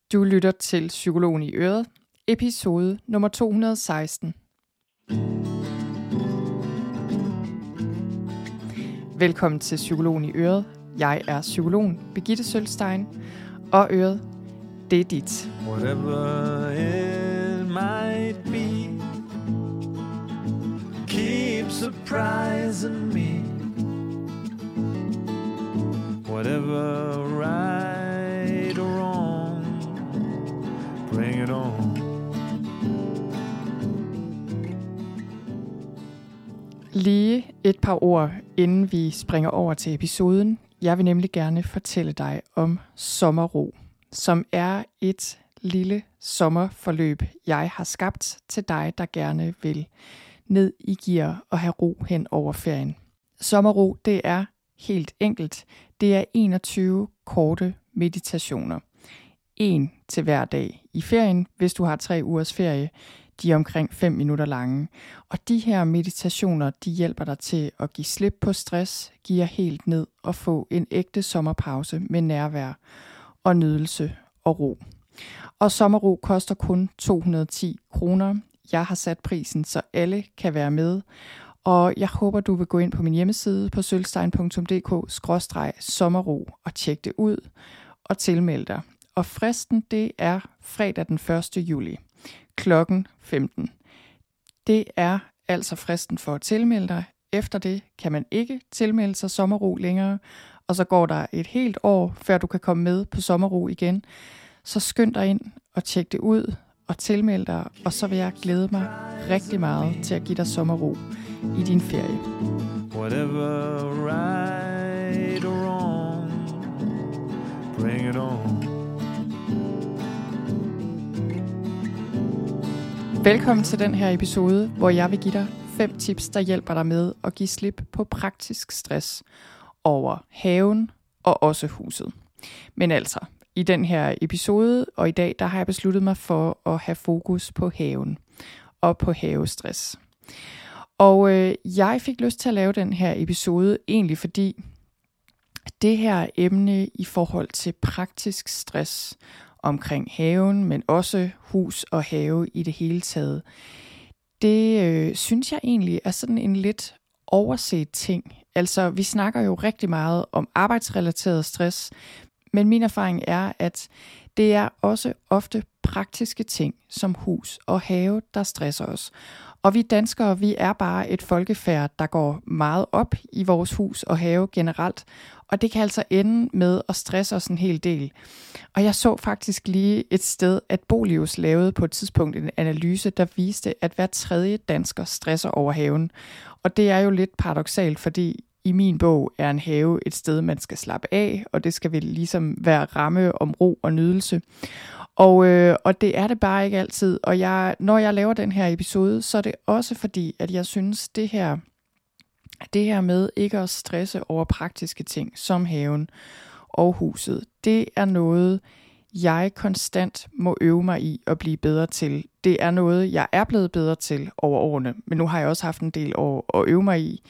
Du lytter til Psykologen i Øret, episode nummer 216. Velkommen til Psykologen i Øret. Jeg er psykologen Birgitte Sølstein, og Øret, det er dit. Whatever it might be, keep surprising me. Whatever right or wrong, bring it on. Lige et par ord, inden vi springer over til episoden. Jeg vil nemlig gerne fortælle dig om Sommerro, som er et lille sommerforløb, jeg har skabt til dig, der gerne vil ned i gear og have ro hen over ferien. Sommerro, det er helt enkelt. Det er 21 korte meditationer. 1 til hver dag i ferien, hvis du har 3 ugers ferie. De er omkring 5 minutter lange. Og de her meditationer, de hjælper dig til at give slip på stress, give jer helt ned og få en ægte sommerpause med nærvær og nydelse og ro. Og Sommerro koster kun 210 kroner. Jeg har sat prisen, så alle kan være med. Og jeg håber, du vil gå ind på min hjemmeside på sølstein.dk/sommerro og tjekke det ud og tilmelde dig. Og fristen, det er fredag den 1. juli klokken 15. Det er altså fristen for at tilmelde dig. Efter det kan man ikke tilmelde sig Sommerro længere, og så går der et helt år, før du kan komme med på Sommerro igen. Så skynd dig ind og tjek det ud og tilmeld dig, og så vil jeg glæde mig rigtig meget til at give dig sommerro i din ferie. Whatever right or wrong, bring it on. Velkommen til den her episode, hvor jeg vil give dig 5 tips, der hjælper dig med at give slip på praktisk stress over haven og også huset. Men altså, i den her episode og i dag, der har jeg besluttet mig for at have fokus på haven og på havestress. Og jeg fik lyst til at lave den her episode egentlig fordi det her emne i forhold til praktisk stress omkring haven, men også hus og have i det hele taget, det synes jeg egentlig er sådan en lidt overset ting. Altså, vi snakker jo rigtig meget om arbejdsrelateret stress, men min erfaring er, at det er også ofte praktiske ting som hus og have, der stresser os. Og vi danskere, vi er bare et folkefærd, der går meget op i vores hus og have generelt. Og det kan altså ende med at stresse os en hel del. Og jeg så faktisk lige et sted, at Bolius lavede på et tidspunkt en analyse, der viste, at hver 3. dansker stresser over haven. Og det er jo lidt paradoksalt, fordi i min bog er en have et sted, man skal slappe af, og det skal vel ligesom være ramme om ro og nydelse. Og det er det bare ikke altid. Og når jeg laver den her episode, så er det også fordi, at jeg synes, det her med ikke at stresse over praktiske ting, som haven og huset, det er noget, jeg konstant må øve mig i at blive bedre til. Det er noget, jeg er blevet bedre til over årene, men nu har jeg også haft en del år at øve mig i.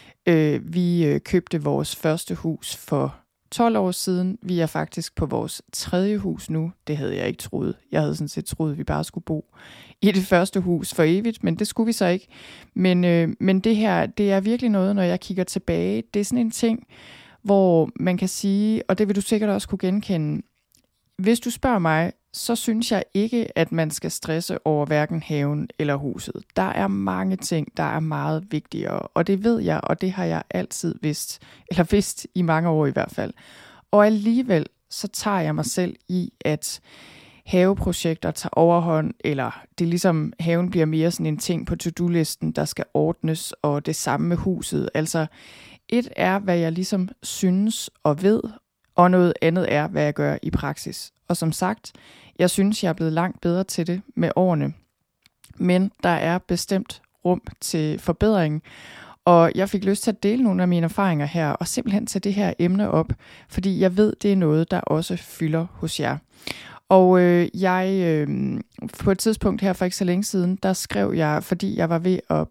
Vi købte vores første hus for 12 år siden. Vi er faktisk på vores 3. hus nu. Det havde jeg ikke troet. Jeg havde sådan set troet, at vi bare skulle bo i det første hus for evigt, men det skulle vi så ikke. Men det her, det er virkelig noget, når jeg kigger tilbage. Det er sådan en ting, hvor man kan sige, og det vil du sikkert også kunne genkende, hvis du spørger mig, så synes jeg ikke, at man skal stresse over hverken haven eller huset. Der er mange ting, der er meget vigtigere, og det ved jeg, og det har jeg altid vidst i mange år i hvert fald. Og alligevel, så tager jeg mig selv i, at haveprojekter tager overhånd, eller det er ligesom, haven bliver mere sådan en ting på to-do-listen, der skal ordnes, og det samme med huset. Altså, et er, hvad jeg ligesom synes og ved, og noget andet er, hvad jeg gør i praksis. Og som sagt, jeg synes, jeg er blevet langt bedre til det med årene. Men der er bestemt rum til forbedring. Og jeg fik lyst til at dele nogle af mine erfaringer her, og simpelthen tage det her emne op, fordi jeg ved, det er noget, der også fylder hos jer. Og jeg på et tidspunkt her for ikke så længe siden, der skrev jeg, fordi jeg var ved at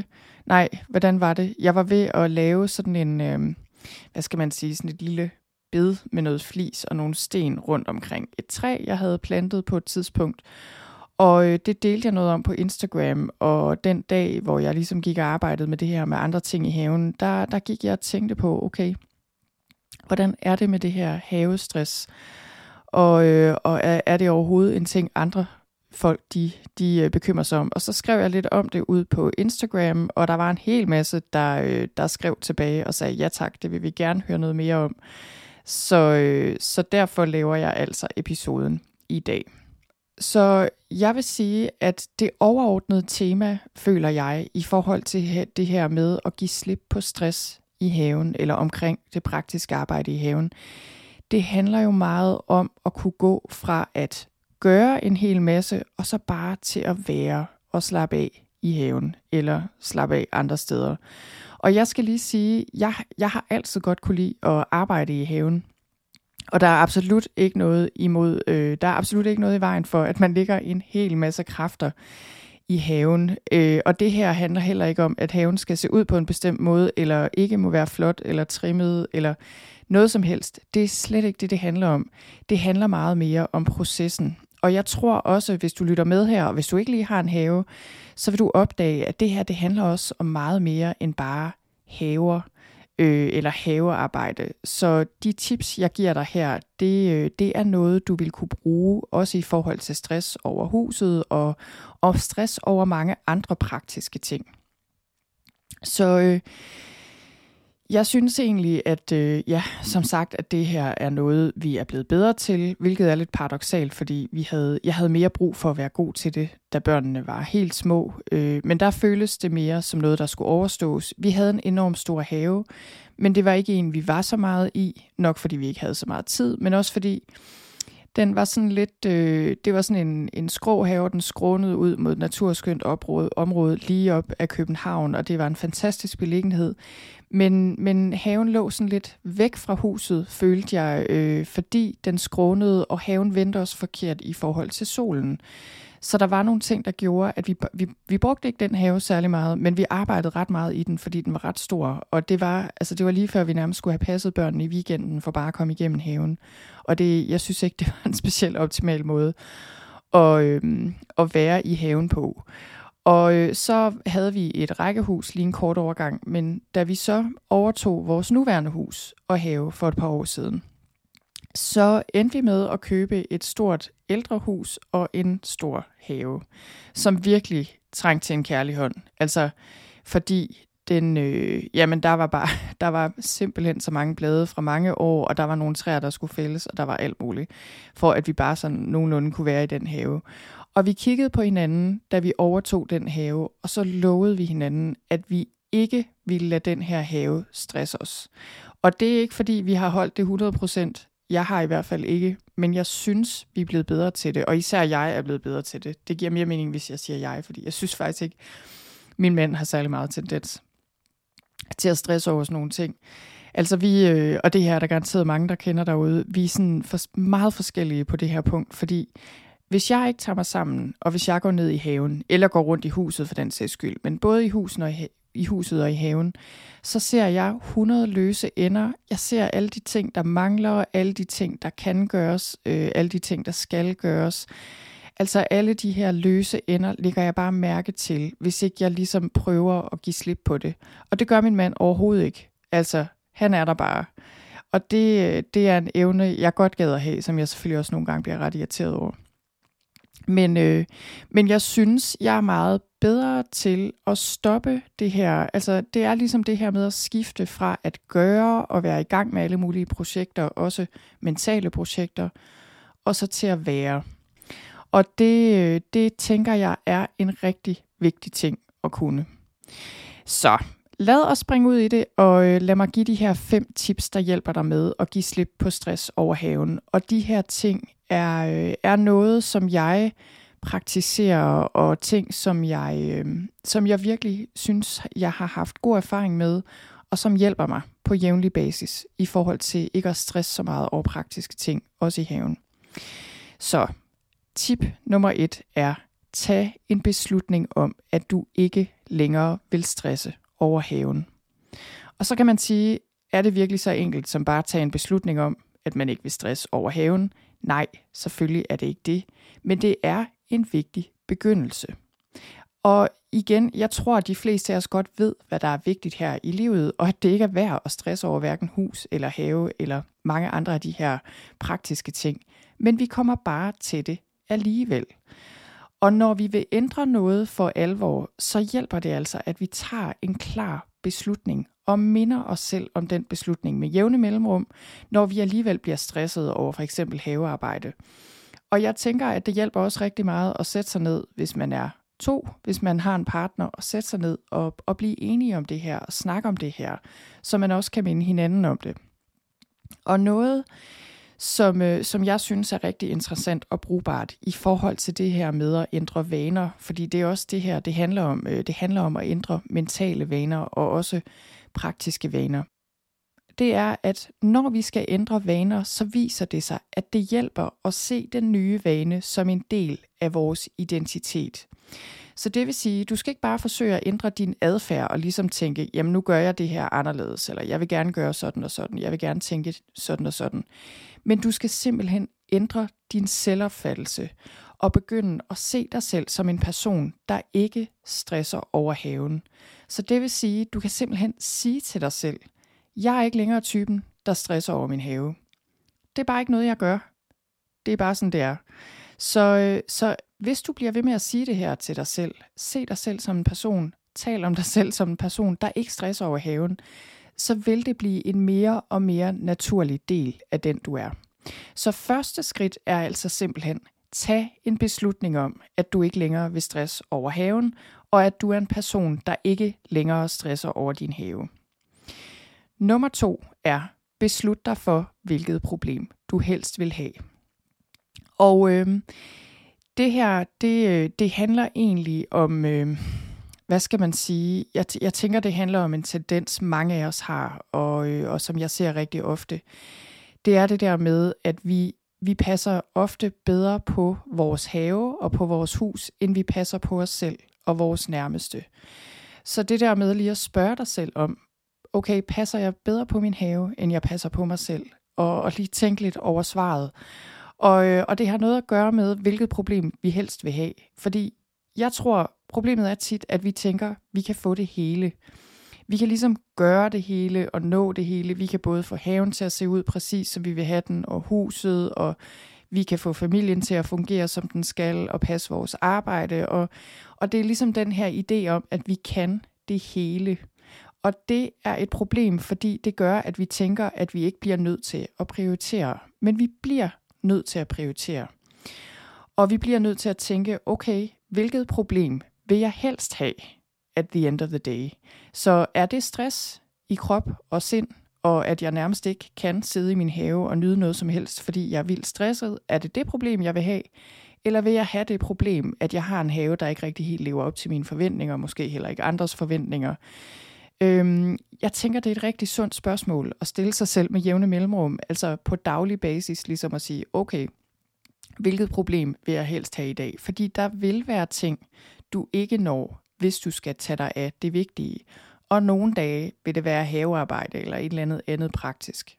hvordan var det? Jeg var ved at lave sådan en, sådan et lille bed med noget flis og nogle sten rundt omkring et træ, jeg havde plantet på et tidspunkt. Og det delte jeg noget om på Instagram, og den dag, hvor jeg ligesom gik og arbejdede med det her med andre ting i haven, der gik jeg og tænkte på, okay, hvordan er det med det her havestress? Og er det overhovedet en ting, andre folk de bekymrer sig om? Og så skrev jeg lidt om det ud på Instagram, og der var en hel masse, der skrev tilbage og sagde, ja tak, det vil vi gerne høre noget mere om. Så derfor laver jeg altså episoden i dag. Så jeg vil sige, at det overordnede tema, føler jeg, i forhold til det her med at give slip på stress i haven, eller omkring det praktiske arbejde i haven, det handler jo meget om at kunne gå fra at gøre en hel masse, og så bare til at være og slappe af i haven, eller slappe af andre steder. Og jeg skal lige sige, jeg har altid godt kunne lide at arbejde i haven. Og der er absolut ikke noget i vejen for, at man lægger en hel masse kræfter i haven. Og det her handler heller ikke om, at haven skal se ud på en bestemt måde, eller ikke må være flot, eller trimmet, eller noget som helst. Det er slet ikke det handler om. Det handler meget mere om processen. Og jeg tror også, hvis du lytter med her, og hvis du ikke lige har en have, så vil du opdage, at det her, det handler også om meget mere end bare haver, eller havearbejde. Så de tips, jeg giver dig her, det er noget, du vil kunne bruge, også i forhold til stress over huset, og stress over mange andre praktiske ting. Så jeg synes egentlig, at som sagt, at det her er noget, vi er blevet bedre til, hvilket er lidt paradoksalt, fordi jeg havde mere brug for at være god til det, da børnene var helt små. Men der føles det mere som noget, der skulle overstås. Vi havde en enormt stor have, men det var ikke en, vi var så meget i, nok fordi vi ikke havde så meget tid, men også fordi den var sådan lidt, det var sådan en skrå have, den skrånede ud mod et naturskønt område lige op af København, og det var en fantastisk beliggenhed. Men haven lå sådan lidt væk fra huset, følte jeg, fordi den skrånede, og haven vendte os forkert i forhold til solen. Så der var nogle ting, der gjorde, at vi brugte ikke den have særlig meget, men vi arbejdede ret meget i den, fordi den var ret stor. Og det var lige før, vi nærmest skulle have passet børnene i weekenden, for bare at komme igennem haven. Og jeg synes ikke, det var en specielt optimal måde at være i haven på. Og så havde vi et rækkehus lige en kort overgang, men da vi så overtog vores nuværende hus og have for et par år siden, så endte vi med at købe et stort ældrehus og en stor have, som virkelig trængte til en kærlig hånd. Altså fordi der var simpelthen så mange blade fra mange år, og der var nogle træer, der skulle fældes, og der var alt muligt, for at vi bare sådan nogenlunde kunne være i den have. Og vi kiggede på hinanden, da vi overtog den have, og så lovede vi hinanden, at vi ikke ville lade den her have stresse os. Og det er ikke, fordi vi har holdt det 100%. Jeg har i hvert fald ikke, men jeg synes, vi er blevet bedre til det, og især jeg er blevet bedre til det. Det giver mere mening, hvis jeg siger jeg, fordi jeg synes faktisk ikke, min mand har særlig meget tendens til at stresse over sådan nogle ting. Altså og det her er der garanteret mange, der kender derude, vi er sådan meget forskellige på det her punkt, fordi hvis jeg ikke tager mig sammen, og hvis jeg går ned i haven, eller går rundt i huset for den sags skyld, men både i huset og i haven, så ser jeg 100 løse ender. Jeg ser alle de ting, der mangler, alle de ting, der kan gøres, alle de ting, der skal gøres. Altså alle de her løse ender lægger jeg bare mærke til, hvis ikke jeg ligesom prøver at give slip på det. Og det gør min mand overhovedet ikke. Altså, han er der bare. Og det er en evne, jeg godt gad at have, som jeg selvfølgelig også nogle gange bliver ret irriteret over. Men jeg synes, jeg er meget bedre til at stoppe det her. Altså, det er ligesom det her med at skifte fra at gøre og være i gang med alle mulige projekter, også mentale projekter, og så til at være. Og det tænker jeg er en rigtig vigtig ting at kunne. Så lad os springe ud i det, og lad mig give de her 5 tips, der hjælper dig med at give slip på stress over haven. Og de her ting er noget, som jeg praktiserer, og ting, som jeg virkelig synes, jeg har haft god erfaring med, og som hjælper mig på jævnlig basis, i forhold til ikke at stresse så meget over praktiske ting, også i haven. Så tip nummer 1 er, tag en beslutning om, at du ikke længere vil stresse over haven. Og så kan man sige, Er det virkelig så enkelt som bare at tage en beslutning om, at man ikke vil stresse over haven? Nej, selvfølgelig er det ikke det. Men det er en vigtig begyndelse. Og igen, jeg tror, at de fleste af os godt ved, hvad der er vigtigt her i livet, og at det ikke er værd at stresse over hverken hus eller have eller mange andre af de her praktiske ting. Men vi kommer bare til det alligevel. Og når vi vil ændre noget for alvor, så hjælper det altså, at vi tager en klar beslutning og minder os selv om den beslutning med jævne mellemrum, når vi alligevel bliver stresset over for eksempel havearbejde. Og jeg tænker, at det hjælper også rigtig meget at sætte sig ned, hvis man er 2, hvis man har en partner, og sætte sig ned og blive enige om det her og snakke om det her, så man også kan minde hinanden om det. Og noget, som jeg synes er rigtig interessant og brugbart i forhold til det her med at ændre vaner, fordi det er også det her, det handler om. Det handler om at ændre mentale vaner og også praktiske vaner. Det er, at når vi skal ændre vaner, så viser det sig, at det hjælper at se den nye vane som en del af vores identitet. Så det vil sige, du skal ikke bare forsøge at ændre din adfærd og ligesom tænke, jamen nu gør jeg det her anderledes, eller jeg vil gerne gøre sådan og sådan, jeg vil gerne tænke sådan og sådan. Men du skal simpelthen ændre din selvopfattelse og begynde at se dig selv som en person, der ikke stresser over haven. Så det vil sige, du kan simpelthen sige til dig selv, jeg er ikke længere typen, der stresser over min have. Det er bare ikke noget, jeg gør. Det er bare sådan, det er. Så hvis du bliver ved med at sige det her til dig selv, se dig selv som en person, tal om dig selv som en person, der ikke stresser over haven, så vil det blive en mere og mere naturlig del af den, du er. Så første skridt er altså simpelthen, tag en beslutning om, at du ikke længere vil stresse over haven, og at du er en person, der ikke længere stresser over din have. Nummer 2 er, beslut dig for, hvilket problem du helst vil have. Og det her, det handler egentlig om, hvad skal man sige, jeg tænker, det handler om en tendens, mange af os har, og som jeg ser rigtig ofte. Det er det der med, at vi passer ofte bedre på vores have og på vores hus, end vi passer på os selv og vores nærmeste. Så det der med lige at spørge dig selv om, okay, passer jeg bedre på min have, end jeg passer på mig selv? Og lige tænke lidt over svaret. Og det har noget at gøre med, hvilket problem vi helst vil have. Fordi jeg tror, problemet er tit, at vi tænker, vi kan få det hele. Vi kan ligesom gøre det hele og nå det hele. Vi kan både få haven til at se ud præcis, som vi vil have den, og huset, og vi kan få familien til at fungere, som den skal, og passe vores arbejde. Og det er ligesom den her idé om, at vi kan det hele. Og det er et problem, fordi det gør, at vi tænker, at vi ikke bliver nødt til at prioritere. Men vi bliver nødt til at prioritere. Og vi bliver nødt til at tænke, okay, hvilket problem vil jeg helst have at the end of the day? Så er det stress i krop og sind, og at jeg nærmest ikke kan sidde i min have og nyde noget som helst, fordi jeg er vildt stresset? Er det det problem, jeg vil have? Eller vil jeg have det problem, at jeg har en have, der ikke rigtig helt lever op til mine forventninger, måske heller ikke andres forventninger? Jeg tænker, det er et rigtig sundt spørgsmål at stille sig selv med jævne mellemrum, altså på daglig basis, ligesom at sige, okay, hvilket problem vil jeg helst have i dag? Fordi der vil være ting, du ikke når, hvis du skal tage dig af det vigtige. Og nogle dage vil det være havearbejde eller et eller andet praktisk.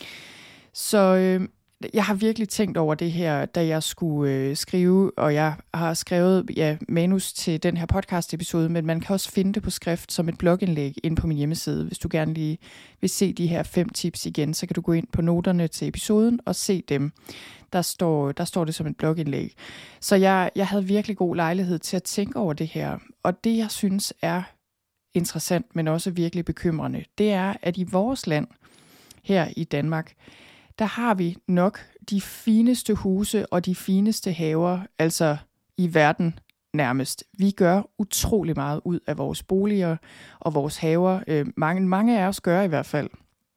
Så jeg har virkelig tænkt over det her, da jeg skulle skrive, og jeg har skrevet manus til den her podcast episode, men man kan også finde det på skrift som et blogindlæg inde på min hjemmeside. Hvis du gerne lige vil se de her 5 tips igen, så kan du gå ind på noterne til episoden og se dem. Der står det som et blogindlæg. Så jeg havde virkelig god lejlighed til at tænke over det her. Og det, jeg synes er interessant, men også virkelig bekymrende, det er, at i vores land, her i Danmark, der har vi nok de fineste huse og de fineste haver, altså i verden nærmest. Vi gør utrolig meget ud af vores boliger og vores haver. Mange af os gør i hvert fald.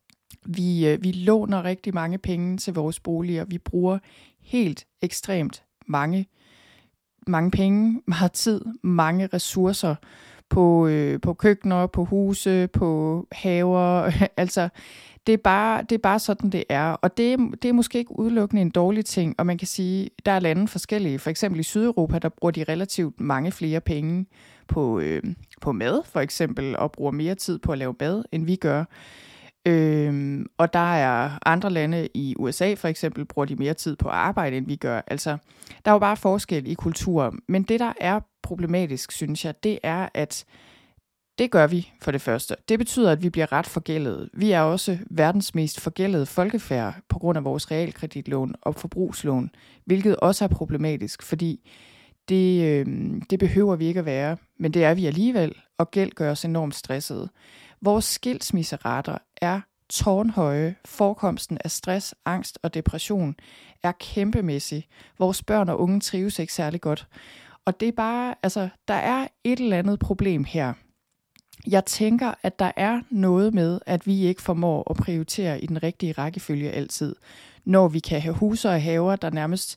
Vi låner rigtig mange penge til vores boliger. Vi bruger helt ekstremt mange penge, meget tid, mange ressourcer på køkkener, på huse, på haver. Altså, det er bare sådan, det er. Og det er måske ikke udelukkende en dårlig ting, og man kan sige, der er lande forskellige. For eksempel i Sydeuropa, der bruger de relativt mange flere penge på mad, for eksempel, og bruger mere tid på at lave mad, end vi gør. Og der er andre lande i USA for eksempel, bruger de mere tid på at arbejde, end vi gør. Altså, der er jo bare forskel i kultur. Men det, der er problematisk, synes jeg, det er, at det gør vi for det første. Det betyder, at vi bliver ret forgældet. Vi er også verdens mest forgældede folkefærd på grund af vores realkreditlån og forbrugslån, hvilket også er problematisk, fordi det behøver vi ikke at være, men det er vi alligevel, og gæld gør os enormt stressede. Vores skilsmisserater er tårnhøje. Forekomsten af stress, angst og depression er kæmpemæssig. Vores børn og unge trives ikke særlig godt. Og det er bare, altså, der er et eller andet problem her. Jeg tænker, at der er noget med, at vi ikke formår at prioritere i den rigtige rækkefølge altid. Når vi kan have huse og haver, der nærmest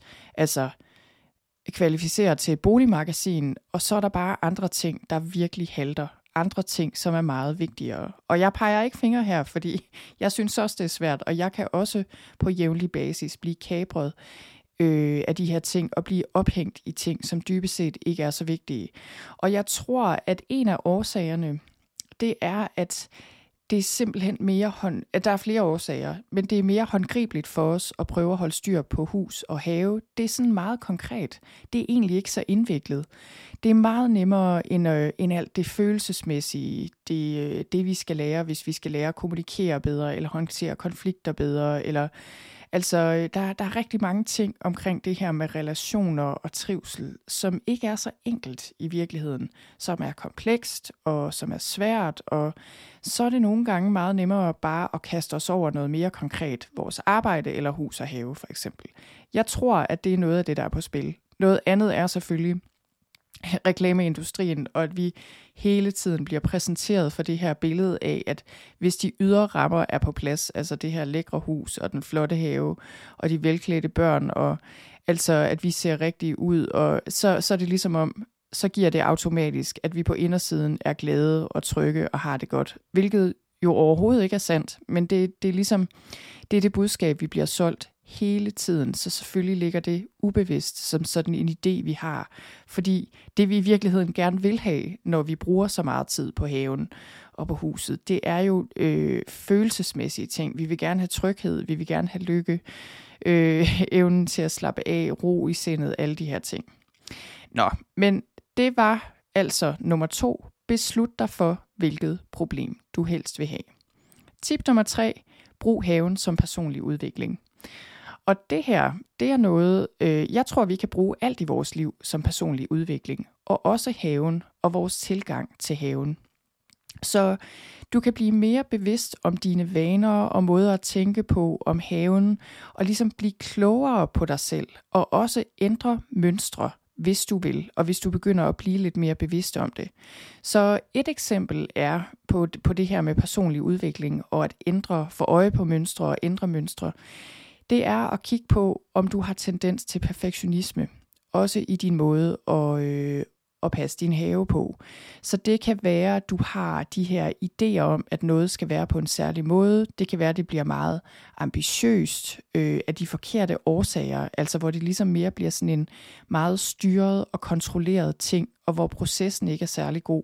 kvalificerer til et boligmagasin, og så er der bare andre ting, der virkelig halter. Andre ting, som er meget vigtigere. Og jeg peger ikke fingre her, fordi jeg synes også, det er svært, og jeg kan også på jævnlig basis blive kapret af de her ting, og blive ophængt i ting, som dybest set ikke er så vigtige. Og jeg tror, at en af årsagerne, det er, at det er simpelthen mere at der er flere årsager, men det er mere håndgribeligt for os at prøve at holde styr på hus og have. Det er sådan meget konkret. Det er egentlig ikke så indviklet. Det er meget nemmere end alt det følelsesmæssige, det vi skal lære, hvis vi skal lære at kommunikere bedre, eller håndtere konflikter bedre, eller altså, der er rigtig mange ting omkring det her med relationer og trivsel, som ikke er så enkelt i virkeligheden, som er komplekst og som er svært, og så er det nogle gange meget nemmere bare at kaste os over noget mere konkret, vores arbejde eller hus og have for eksempel. Jeg tror, at det er noget af det, der er på spil. Noget andet er selvfølgelig reklameindustrien, og at vi hele tiden bliver præsenteret for det her billede af, at hvis de ydre rammer er på plads, altså det her lækre hus og den flotte have og de velklædte børn, og altså at vi ser rigtig ud, og så er det ligesom om, så giver det automatisk, at vi på indersiden er glade og trygge og har det godt, hvilket jo overhovedet ikke er sandt, men det er ligesom, det er det budskab, vi bliver solgt hele tiden, så selvfølgelig ligger det ubevidst som sådan en idé, vi har. Fordi det vi i virkeligheden gerne vil have, når vi bruger så meget tid på haven og på huset, det er jo følelsesmæssige ting. Vi vil gerne have tryghed, vi vil gerne have lykke, evnen til at slappe af, ro i sindet, alle de her ting. Nå, men det var altså nummer 2. Beslut dig for, hvilket problem du helst vil have. Tip nummer 3. Brug haven som personlig udvikling. Og det her, det er noget, jeg tror, vi kan bruge alt i vores liv som personlig udvikling, og også haven og vores tilgang til haven. Så du kan blive mere bevidst om dine vaner og måder at tænke på om haven, og ligesom blive klogere på dig selv, og også ændre mønstre, hvis du vil, og hvis du begynder at blive lidt mere bevidst om det. Så et eksempel er på det her med personlig udvikling, og at få øje på mønstre og ændre mønstre, det er at kigge på, om du har tendens til perfektionisme, også i din måde at passe din have på. Så det kan være, at du har de her idéer om, at noget skal være på en særlig måde. Det kan være, at det bliver meget ambitiøst af de forkerte årsager, altså hvor det ligesom mere bliver sådan en meget styret og kontrolleret ting, og hvor processen ikke er særlig god.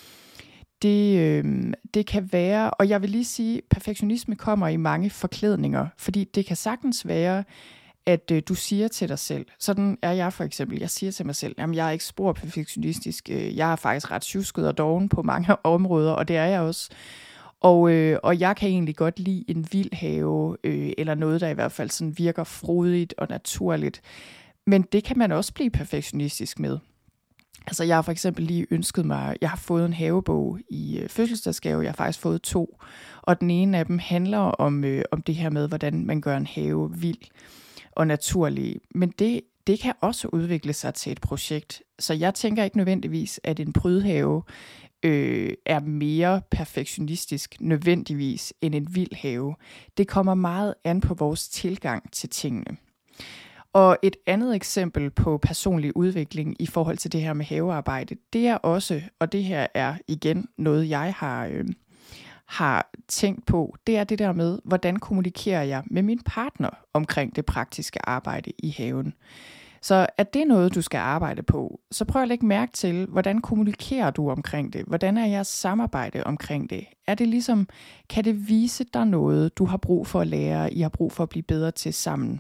Det kan være, og jeg vil lige sige, at perfektionisme kommer i mange forklædninger, fordi det kan sagtens være, at du siger til dig selv, sådan er jeg for eksempel, jeg siger til mig selv, jamen jeg er ikke spor perfektionistisk, jeg er faktisk ret sjusket og doven på mange områder, og det er jeg også. Og jeg kan egentlig godt lide en vild have, eller noget, der i hvert fald sådan virker frodigt og naturligt, men det kan man også blive perfektionistisk med. Altså jeg har for eksempel lige ønsket mig, jeg har fået en havebog i fødselsdagsgave, jeg har faktisk fået 2, og den ene af dem handler om det her med, hvordan man gør en have vild og naturlig, men det kan også udvikle sig til et projekt, så jeg tænker ikke nødvendigvis, at en prydhave er mere perfektionistisk nødvendigvis end en vild have. Det kommer meget an på vores tilgang til tingene. Og et andet eksempel på personlig udvikling i forhold til det her med havearbejde, det er også, og det her er igen noget, jeg har tænkt på, det er det der med, hvordan kommunikerer jeg med min partner omkring det praktiske arbejde i haven. Så er det noget, du skal arbejde på, så prøv at lægge mærke til, hvordan kommunikerer du omkring det? Hvordan er jeres samarbejde omkring det? Er det ligesom, kan det vise dig noget, du har brug for at lære, I har brug for at blive bedre til sammen?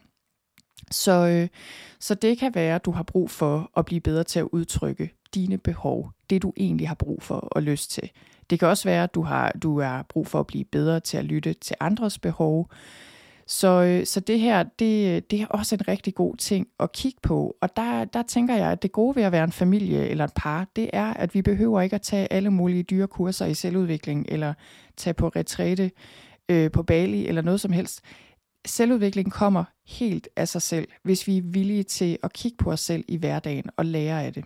Så det kan være, at du har brug for at blive bedre til at udtrykke dine behov, det du egentlig har brug for og lyst til. Det kan også være, at du har brug for at blive bedre til at lytte til andres behov. Så det her, det er også en rigtig god ting at kigge på. Og der tænker jeg, at det gode ved at være en familie eller et par, det er, at vi behøver ikke at tage alle mulige dyre kurser i selvudvikling, eller tage på retræte på Bali, eller noget som helst. Selvudvikling kommer helt af sig selv, hvis vi er villige til at kigge på os selv i hverdagen og lære af det.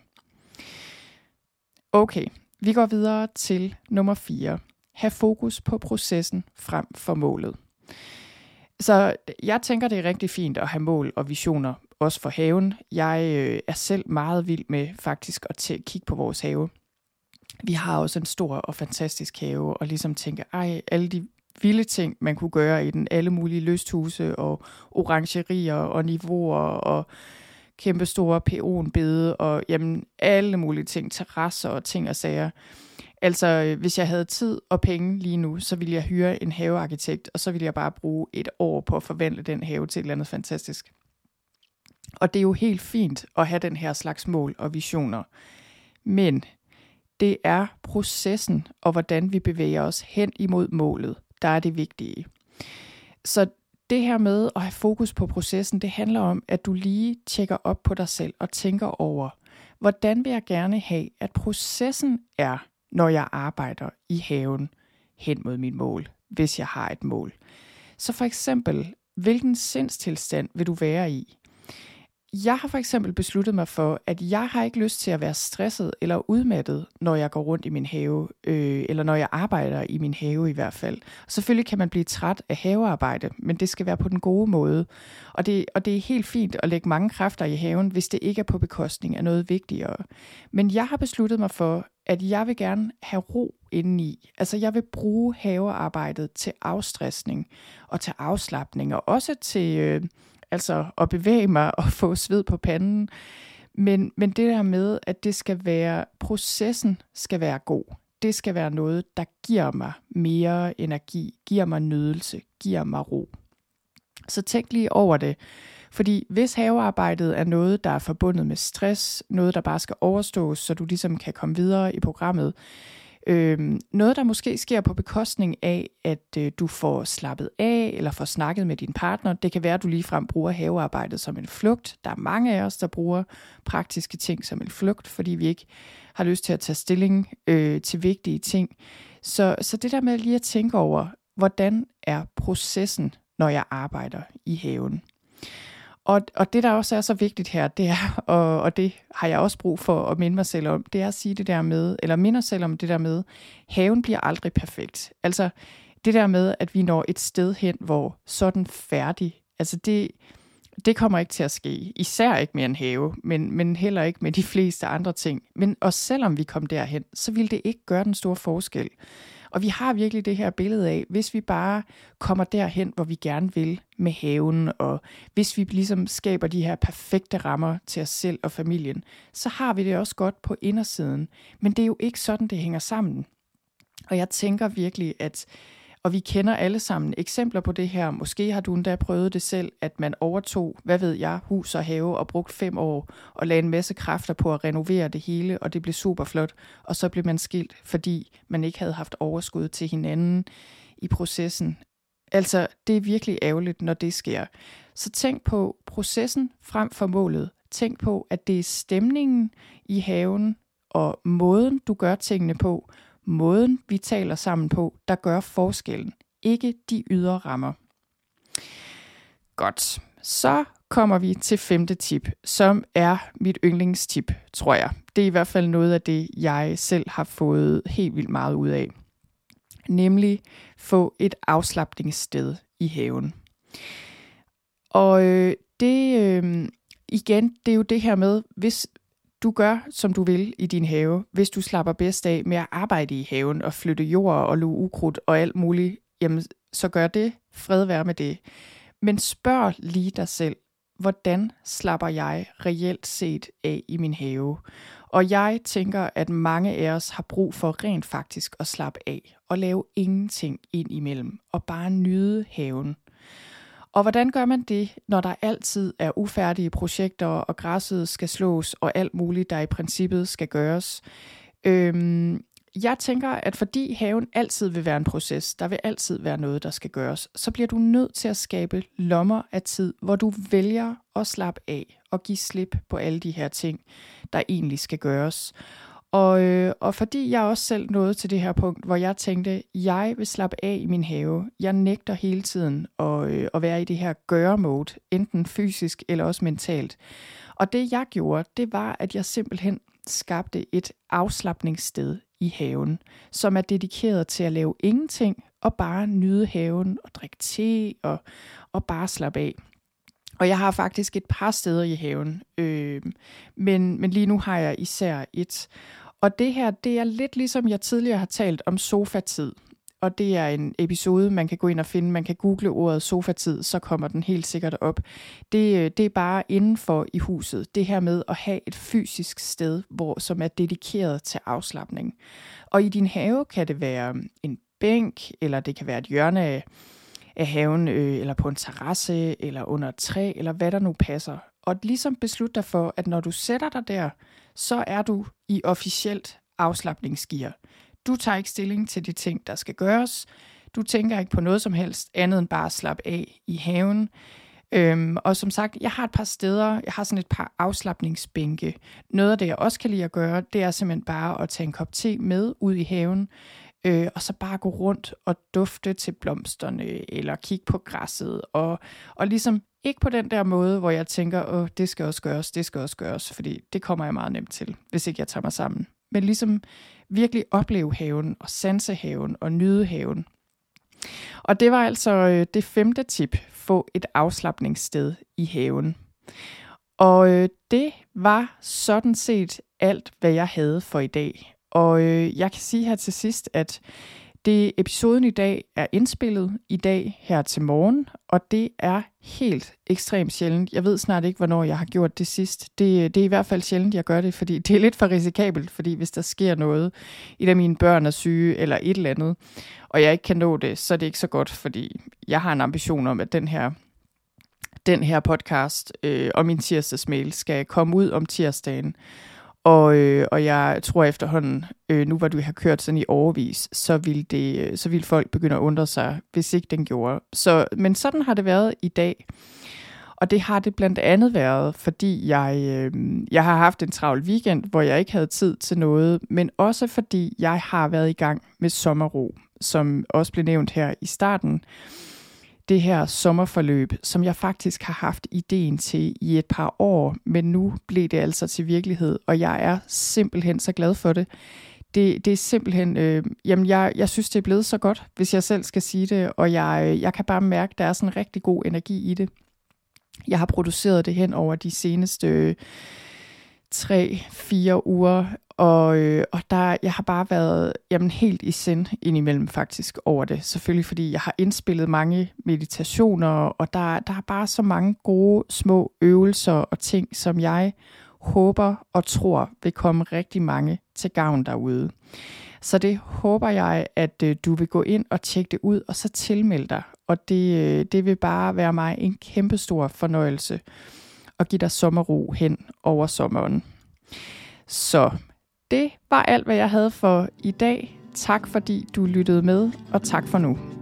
Okay, vi går videre til nummer 4. Ha' fokus på processen frem for målet. Så jeg tænker, det er rigtig fint at have mål og visioner, også for haven. Jeg er selv meget vild med faktisk at kigge på vores have. Vi har også en stor og fantastisk have, og ligesom tænker, alle de vilde ting, man kunne gøre i den, alle mulige lysthuse og orangerier og niveauer og kæmpe store peonbede og jamen, alle mulige ting, terrasser og ting og sager. Altså, hvis jeg havde tid og penge lige nu, så ville jeg hyre en havearkitekt, og så ville jeg bare bruge et år på at forvandle den have til et eller andet fantastisk. Og det er jo helt fint at have den her slags mål og visioner. Men det er processen og hvordan vi bevæger os hen imod målet, der er det vigtige. Så det her med at have fokus på processen, det handler om, at du lige tjekker op på dig selv og tænker over, hvordan vil jeg gerne have, at processen er, når jeg arbejder i haven hen mod mit mål, hvis jeg har et mål. Så for eksempel, hvilken sindstilstand vil du være i? Jeg har for eksempel besluttet mig for, at jeg har ikke lyst til at være stresset eller udmattet, når jeg går rundt i min have, eller når jeg arbejder i min have i hvert fald. Selvfølgelig kan man blive træt af havearbejde, men det skal være på den gode måde. Og det er helt fint at lægge mange kræfter i haven, hvis det ikke er på bekostning af noget vigtigere. Men jeg har besluttet mig for, at jeg vil gerne have ro indeni. Altså jeg vil bruge havearbejdet til afstressning og til afslapning, og også til altså at bevæge mig og få sved på panden. Men det der med, at det skal være, processen skal være god. Det skal være noget, der giver mig mere energi, giver mig nydelse, giver mig ro. Så tænk lige over det. Fordi hvis havearbejdet er noget, der er forbundet med stress, noget, der bare skal overstås, så du ligesom kan komme videre i programmet, noget, der måske sker på bekostning af, at du får slappet af, eller får snakket med din partner. Det kan være, at du ligefrem bruger havearbejdet som en flugt. Der er mange af os, der bruger praktiske ting som en flugt, fordi vi ikke har lyst til at tage stilling til vigtige ting. Så det der med lige at tænke over, hvordan er processen, når jeg arbejder i haven? Og det, der også er så vigtigt her, det er, og det har jeg også brug for at minde mig selv om, det er at sige det der med, eller minde os selv om det der med, haven bliver aldrig perfekt. Altså det der med, at vi når et sted hen, hvor sådan færdig, altså det kommer ikke til at ske. Især ikke med en have, men heller ikke med de fleste andre ting. Men også selvom vi kom derhen, så vil det ikke gøre den store forskel. Og vi har virkelig det her billede af, hvis vi bare kommer derhen, hvor vi gerne vil med haven, og hvis vi ligesom skaber de her perfekte rammer til os selv og familien, så har vi det også godt på indersiden. Men det er jo ikke sådan, det hænger sammen. Og jeg tænker virkelig, og vi kender alle sammen eksempler på det her. Måske har du endda prøvet det selv, at man overtog, hus og have og brugt 5 år og lagde en masse kræfter på at renovere det hele, og det blev super flot. Og så blev man skilt, fordi man ikke havde haft overskud til hinanden i processen. Altså, det er virkelig ærgerligt, når det sker. Så tænk på processen frem for målet. Tænk på, at det er stemningen i haven og måden, du gør tingene på, måden, vi taler sammen på, der gør forskellen. Ikke de ydre rammer. Godt. Så kommer vi til 5. tip, som er mit yndlingstip, tror jeg. Det er i hvert fald noget af det, jeg selv har fået helt vildt meget ud af. Nemlig få et afslapningssted i haven. Og igen, det er jo det her med, hvis du gør, som du vil i din have, hvis du slapper bedst af med at arbejde i haven og flytte jord og luge ukrudt og alt muligt, jamen, så gør det, fred være med det. Men spørg lige dig selv, hvordan slapper jeg reelt set af i min have? Og jeg tænker, at mange af os har brug for rent faktisk at slappe af og lave ingenting ind imellem og bare nyde haven. Og hvordan gør man det, når der altid er ufærdige projekter, og græsset skal slås, og alt muligt, der i princippet skal gøres? Jeg tænker, at fordi haven altid vil være en proces, der vil altid være noget, der skal gøres, så bliver du nødt til at skabe lommer af tid, hvor du vælger at slappe af og give slip på alle de her ting, der egentlig skal gøres. Og fordi jeg også selv nåede til det her punkt, hvor jeg tænkte, jeg vil slappe af i min have. Jeg nægter hele tiden at være i det her gøre-mode, enten fysisk eller også mentalt. Og det jeg gjorde, det var, at jeg simpelthen skabte et afslapningssted i haven, som er dedikeret til at lave ingenting og bare nyde haven og drikke te og bare slappe af. Og jeg har faktisk et par steder i haven, men lige nu har jeg især et. Og det her, det er lidt ligesom jeg tidligere har talt om sofatid. Og det er en episode, man kan gå ind og finde. Man kan google ordet sofatid, så kommer den helt sikkert op. Det er bare indenfor i huset. Det her med at have et fysisk sted, som er dedikeret til afslapning. Og i din have kan det være en bænk, eller det kan være et hjørne af haven, eller på en terrasse, eller under et træ, eller hvad der nu passer. Og ligesom beslut dig for, at når du sætter dig der, så er du i officielt afslapningsgear. Du tager ikke stilling til de ting, der skal gøres. Du tænker ikke på noget som helst andet end bare at slappe af i haven. Og som sagt, jeg har et par steder, jeg har sådan et par afslapningsbænke. Noget af det, jeg også kan lide at gøre, det er simpelthen bare at tage en kop te med ud i haven, og så bare gå rundt og dufte til blomsterne, eller kigge på græsset, og ligesom ikke på den der måde, hvor jeg tænker, det skal også gøres, fordi det kommer jeg meget nemt til, hvis ikke jeg tager mig sammen. Men ligesom virkelig opleve haven, og sanse haven, og nyde haven. Og det var altså det 5. tip, få et afslapningssted i haven. Og det var sådan set alt, hvad jeg havde for i dag. Og jeg kan sige her til sidst, at episoden i dag er indspillet i dag her til morgen, og det er helt ekstremt sjældent. Jeg ved snart ikke, hvornår jeg har gjort det sidst. Det er i hvert fald sjældent, jeg gør det, fordi det er lidt for risikabelt, fordi hvis der sker noget, et af mine børn er syge eller et eller andet, og jeg ikke kan nå det, så er det ikke så godt, fordi jeg har en ambition om, at den her podcast og min tirsdagsmail skal komme ud om tirsdagen. Og jeg tror efterhånden, nu hvor du har kørt sådan i årevis, så vil folk begynde at undre sig, hvis ikke den gjorde. Men sådan har det været i dag. Og det har det blandt andet været, fordi jeg har haft en travl weekend, hvor jeg ikke havde tid til noget, men også fordi jeg har været i gang med sommerro, som også blev nævnt her i starten. Det her sommerforløb, som jeg faktisk har haft ideen til i et par år, men nu blev det altså til virkelighed, og jeg er simpelthen så glad for det. Det er simpelthen, jeg synes, det er blevet så godt, hvis jeg selv skal sige det, og jeg kan bare mærke, at der er sådan en rigtig god energi i det. Jeg har produceret det hen over de seneste 3-4 uger, og jeg har bare været helt i sind indimellem faktisk over det. Selvfølgelig fordi jeg har indspillet mange meditationer, og der er bare så mange gode små øvelser og ting, som jeg håber og tror vil komme rigtig mange til gavn derude. Så det håber jeg, at du vil gå ind og tjekke det ud, og så tilmelde dig. Og det vil bare være mig en kæmpestor fornøjelse at give dig sommerro hen over sommeren. Så det var alt, hvad jeg havde for i dag. Tak fordi du lyttede med, og tak for nu.